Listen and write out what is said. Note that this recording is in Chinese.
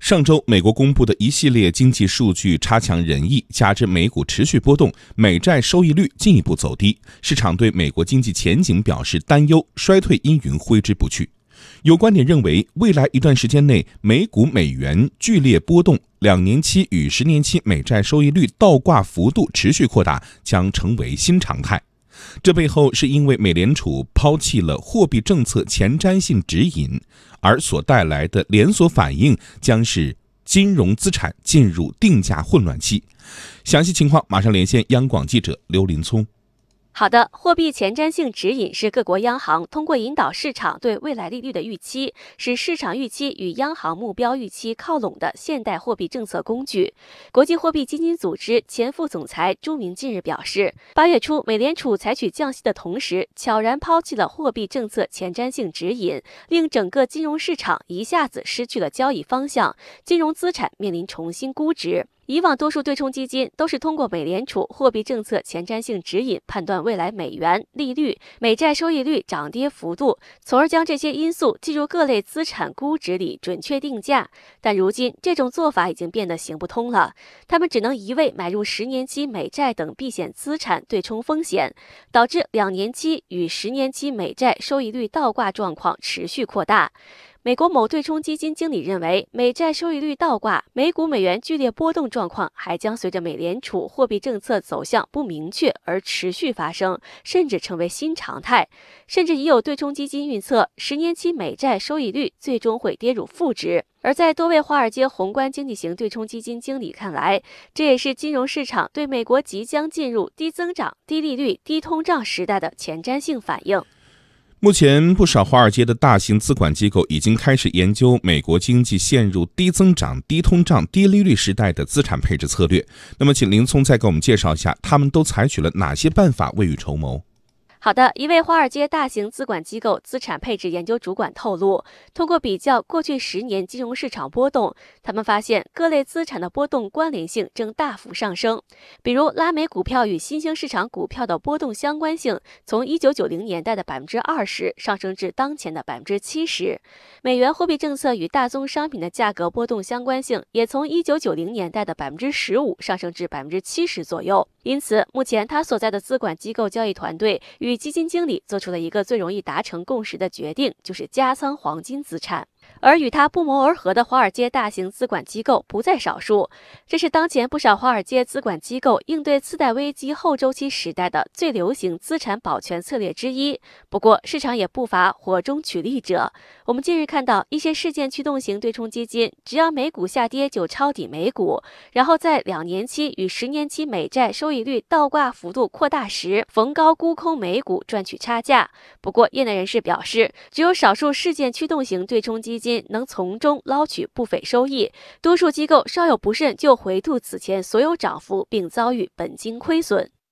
上周，美国公布的一系列经济数据差强人意，加之美股持续波动，美债收益率进一步走低，市场对美国经济前景表示担忧，衰退阴云挥之不去。有观点认为，未来一段时间内，美股美元剧烈波动，2年期与10年期美债收益率倒挂幅度持续扩大，将成为新常态。这背后是因为美联储抛弃了货币政策前瞻性指引，而所带来的连锁反应将是金融资产进入定价混乱期。详细情况马上连线央广记者刘林聪。 好的，货币前瞻性指引是各国央行通过引导市场对未来利率的预期，使市场预期与央行目标预期靠拢的现代货币政策工具。国际货币基金组织前副总裁朱明近日表示，8月初美联储采取降息的同时，悄然抛弃了货币政策前瞻性指引，令整个金融市场一下子失去了交易方向，金融资产面临重新估值。以往多数对冲基金都是通过美联储货币政策前瞻性指引判断未来美元利率、美债收益率涨跌幅度，从而将这些因素计入各类资产估值里准确定价。但如今这种做法已经变得行不通了，他们只能一味买入10年期美债等避险资产对冲风险，导致2年期与10年期美债收益率倒挂状况持续扩大。美国某对冲基金经理认为，美债收益率倒挂、美股美元剧烈波动状况还将随着美联储货币政策走向不明确而持续发生，甚至成为新常态。甚至已有对冲基金预测，10年期美债收益率最终会跌入负值。而在多位华尔街宏观经济型对冲基金经理看来，这也是金融市场对美国即将进入低增长、低利率、低通胀时代的前瞻性反应。 目前，不少华尔街的大型资管机构已经开始研究美国经济陷入低增长、低通胀、低利率时代的资产配置策略。那么，请林聪再给我们介绍一下，他们都采取了哪些办法未雨绸缪？ 好的，一位华尔街大型资管机构资产配置研究主管透露，通过比较过去10年金融市场波动，他们发现各类资产的波动关联性正大幅上升。比如，拉美股票与新兴市场股票的波动相关性从1990年代的20%上升至当前的70%。美元货币政策与大宗商品的价格波动相关性也从1990年代的15%上升至70%左右。因此，目前他所在的资管机构交易团队与基金经理做出了一个最容易达成共识的决定，就是加仓黄金资产。而与他不谋而合的华尔街大型资管机构不在少数，这是当前不少华尔街资管机构应对次贷危机后周期时代的最流行资产保全策略之一。不过，市场也不乏火中取栗者。我们近日看到一些事件驱动型对冲基金，只要美股下跌就抄底美股，然后在2年期与10年期美债收益率倒挂幅度扩大时，逢高沽空美股赚取差价。不过，业内人士表示，只有少数事件驱动型对冲基金能从中捞取不菲收益，多数机构稍有不慎就回吐此前所有涨幅，并遭遇本金亏损。